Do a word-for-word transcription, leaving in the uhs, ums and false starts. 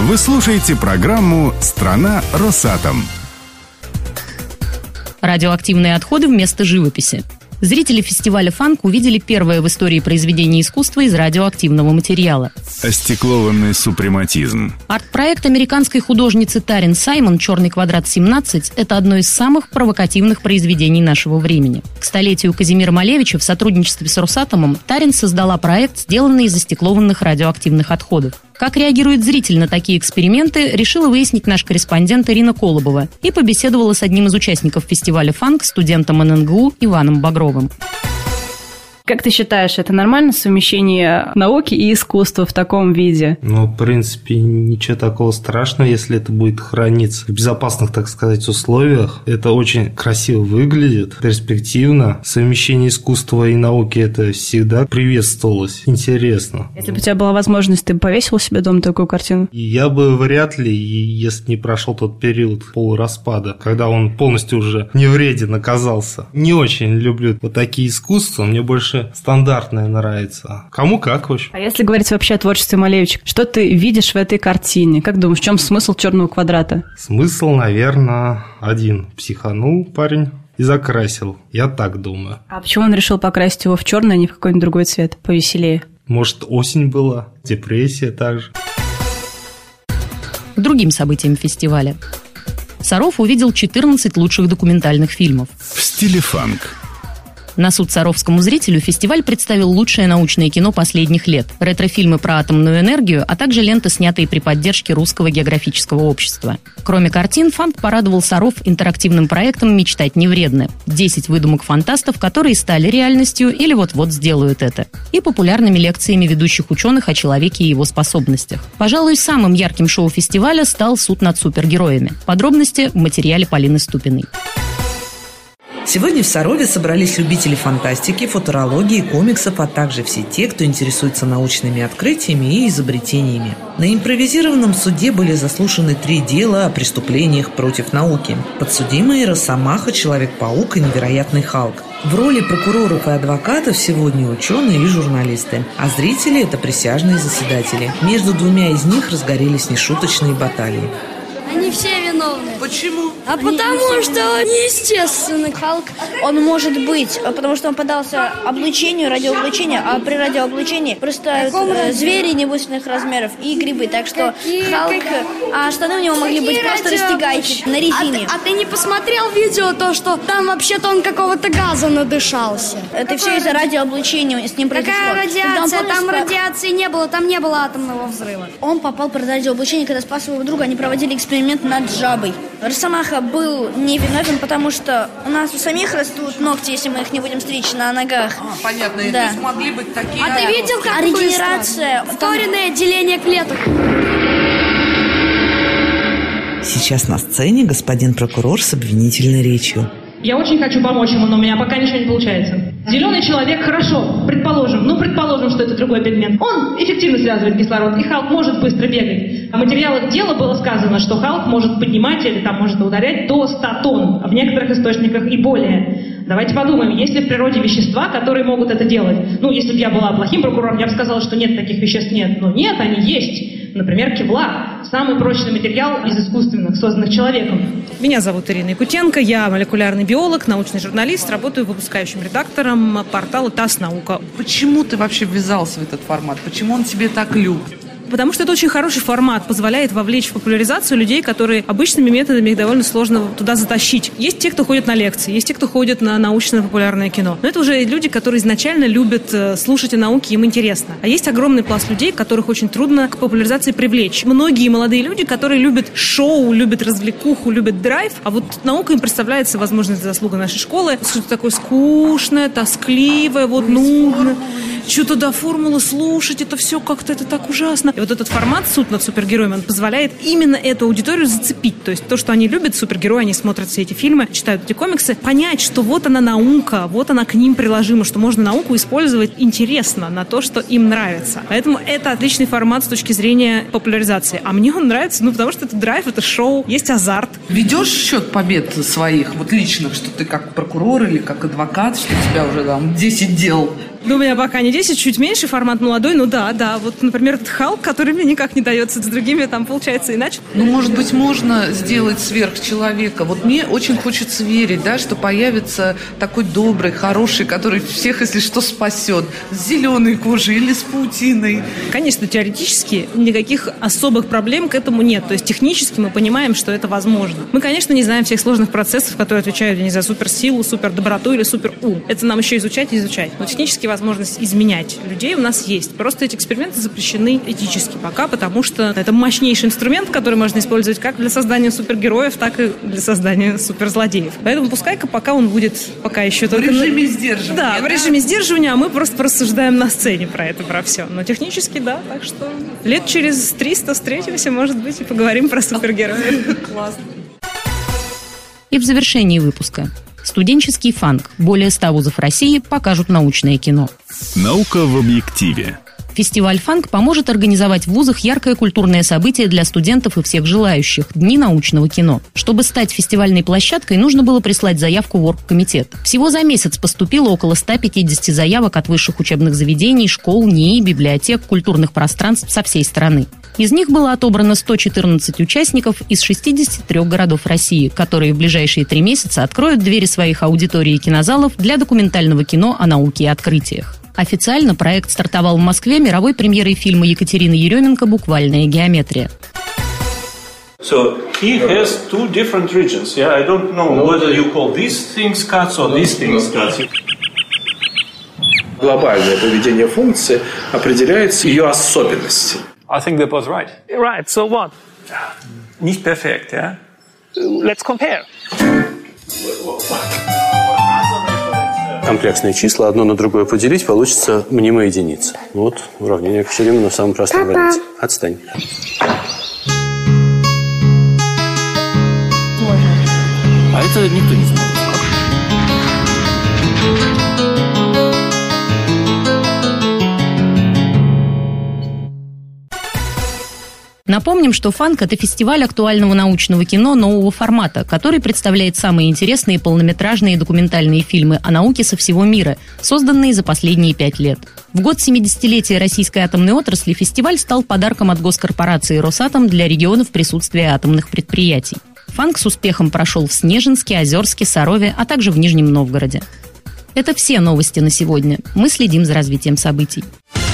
Вы слушаете программу «Страна Росатом». Радиоактивные отходы вместо живописи. Зрители фестиваля «Фанк» увидели первое в истории произведение искусства из радиоактивного материала. Остеклованный супрематизм. Арт-проект американской художницы Тарин Саймон «Черный квадрат семнадцать» – это одно из самых провокативных произведений нашего времени. К столетию Казимира Малевича в сотрудничестве с Росатомом Тарин создала проект, сделанный из остеклованных радиоактивных отходов. Как реагирует зритель на такие эксперименты, решила выяснить наш корреспондент Ирина Колобова и побеседовала с одним из участников фестиваля «Фанк», студентом эн эн гэ у Иваном Багровым. Как ты считаешь, это нормально совмещение науки и искусства в таком виде? Ну, в принципе, ничего такого страшного, если это будет храниться в безопасных, так сказать, условиях. Это очень красиво выглядит, перспективно. Совмещение искусства и науки – это всегда приветствовалось. Интересно. Если бы у тебя была возможность, ты бы повесил у себя дома такую картину? И я бы вряд ли, если не прошел тот период полураспада, когда он полностью уже не вреден оказался. Не очень люблю вот такие искусства, мне больше стандартное нравится. Кому как, в общем. А если говорить вообще о творчестве Малевича, что ты видишь в этой картине? Как думаешь, в чем смысл «Черного квадрата»? Смысл, наверное, один. Психанул парень и закрасил. Я так думаю. А почему он решил покрасить его в черный, а не в какой-нибудь другой цвет, повеселее? Может, осень была, депрессия также. К другим событиям фестиваля. Саров увидел четырнадцать лучших документальных фильмов. В стиле фанк. На суд саровскому зрителю фестиваль представил лучшее научное кино последних лет, ретро-фильмы про атомную энергию, а также ленты, снятые при поддержке Русского географического общества. Кроме картин, «Фанк» порадовал Саров интерактивным проектом «Мечтать не вредно». десять выдумок фантастов, которые стали реальностью или вот-вот сделают это. И популярными лекциями ведущих ученых о человеке и его способностях. Пожалуй, самым ярким шоу фестиваля стал «Суд над супергероями». Подробности в материале Полины Ступиной. Сегодня в Сарове собрались любители фантастики, футурологии, комиксов, а также все те, кто интересуется научными открытиями и изобретениями. На импровизированном суде были заслушаны три дела о преступлениях против науки. Подсудимые Росомаха, Человек-паук и Невероятный Халк. В роли прокуроров и адвокатов сегодня ученые и журналисты, а зрители – это присяжные заседатели. Между двумя из них разгорелись нешуточные баталии. Они все виновны. Почему? А Они потому что он неестественный. Халк, он может быть, потому что он поддался облучению, радиооблучению, а при радиооблучении просто э, звери невысших размеров и грибы. Так что Какие? Халк, а штаны у него могли Какие быть просто растягайки на резине. А, а ты не посмотрел видео, то, что там вообще-то он какого-то газа надышался? Это Какое? Все из-за радиооблучения с ним произошло. Какая радиация? Он, там спа... радиации не было, там не было атомного взрыва. Он попал под радиооблучение, когда спас своего друга, они проводили эксперимент над жабой. Росомаха был невиновен, потому что у нас у самих растут ногти, если мы их не будем стричь на ногах. А, понятно, и да. то есть могли быть такие... А ты видел, как а регенерация? Ускоренное деление клеток. Сейчас на сцене господин прокурор с обвинительной речью. Я очень хочу помочь ему, но у меня пока ничего не получается. Зеленый человек, хорошо, предположим, ну предположим, что это другой пигмент. Он эффективно связывает кислород, и Халк может быстро бегать. В материалах дела было сказано, что Халк может поднимать или там может ударять до ста тонн, в некоторых источниках и более. Давайте подумаем, есть ли в природе вещества, которые могут это делать? Ну, если бы я была плохим прокурором, я бы сказала, что нет, таких веществ нет. Но нет, они есть. Например, кевлар. Самый прочный материал из искусственных, созданных человеком. Меня зовут Ирина Якутенко, я молекулярный биолог, научный журналист, работаю выпускающим редактором портала ТАСС «Наука». Почему ты вообще ввязался в этот формат? Почему он тебе так люб? Потому что это очень хороший формат, позволяет вовлечь в популяризацию людей, которые обычными методами их довольно сложно туда затащить. Есть те, кто ходит на лекции, есть те, кто ходит на научно-популярное кино. Но это уже люди, которые изначально любят слушать о науке, им интересно. А есть огромный пласт людей, которых очень трудно к популяризации привлечь. Многие молодые люди, которые любят шоу, любят развлекуху, любят драйв, а вот наука им представляется, возможно, это заслуга нашей школы, что-то такое скучное, тоскливое, вот нудно. Что-то до формулы слушать, это все как-то, это так ужасно. И вот этот формат «Суд над супергероями», он позволяет именно эту аудиторию зацепить. То есть то, что они любят, супергерои, они смотрят все эти фильмы, читают эти комиксы, понять, что вот она наука, вот она к ним приложима, что можно науку использовать интересно на то, что им нравится. Поэтому это отличный формат с точки зрения популяризации. А мне он нравится, ну, потому что это драйв, это шоу, есть азарт. Ведешь счет побед своих, вот личных, что ты как прокурор или как адвокат, что у тебя уже там десять дел Ну, у меня пока не десять, чуть меньше, формат молодой, ну да, да. Вот, например, этот Халк, который мне никак не дается, с другими там получается иначе. Ну, может быть, можно сделать сверхчеловека. Вот мне очень хочется верить, да, что появится такой добрый, хороший, который всех, если что, спасет. С зеленой кожей или с паутиной. Конечно, теоретически никаких особых проблем к этому нет. То есть технически мы понимаем, что это возможно. Мы, конечно, не знаем всех сложных процессов, которые отвечают, я не знаю, суперсилу, супердоброту или суперум. Это нам еще изучать и изучать. Но технически возможность изменять людей у нас есть. Просто эти эксперименты запрещены этически пока, потому что это мощнейший инструмент, который можно использовать как для создания супергероев, так и для создания суперзлодеев. Поэтому пускай-ка пока он будет пока еще только... В режиме сдерживания. Да, в режиме сдерживания, а мы просто порассуждаем на сцене про это, про все. Но технически, да, так что лет через триста встретимся, может быть, и поговорим про супергероев. Классно. И в завершении выпуска. Студенческий фанк. Более ста вузов России покажут научное кино. Наука в объективе. Фестиваль «Фанк» поможет организовать в вузах яркое культурное событие для студентов и всех желающих – Дни научного кино. Чтобы стать фестивальной площадкой, нужно было прислать заявку в оргкомитет. Всего за месяц поступило около ста пятидесяти заявок от высших учебных заведений, школ, НИИ, библиотек, культурных пространств со всей страны. Из них было отобрано сто четырнадцать участников из шестидесяти трёх городов России, которые в ближайшие три месяца откроют двери своих аудиторий и кинозалов для документального кино о науке и открытиях. Официально проект стартовал в Москве мировой премьерой фильма Екатерины Еременко «Буквальная геометрия». So he has two different regions. Yeah, I don't know whether you call these things cuts or these things cuts. Глобальное поведение функции определяется ее особенности. I think that was right. Right, so what? Nicht perfekt, yeah? Let's compare. Комплексные числа одно на другое поделить, получится мнимая единица. Вот уравнение Екатерины в самом простом варианте. Отстань. А это никто не знает. Напомним, что «Фанк» — это фестиваль актуального научного кино нового формата, который представляет самые интересные полнометражные и документальные фильмы о науке со всего мира, созданные за последние пять лет. В год семидесятилетия российской атомной отрасли фестиваль стал подарком от госкорпорации «Росатом» для регионов присутствия атомных предприятий. «Фанк» с успехом прошел в Снежинске, Озерске, Сарове, а также в Нижнем Новгороде. Это все новости на сегодня. Мы следим за развитием событий.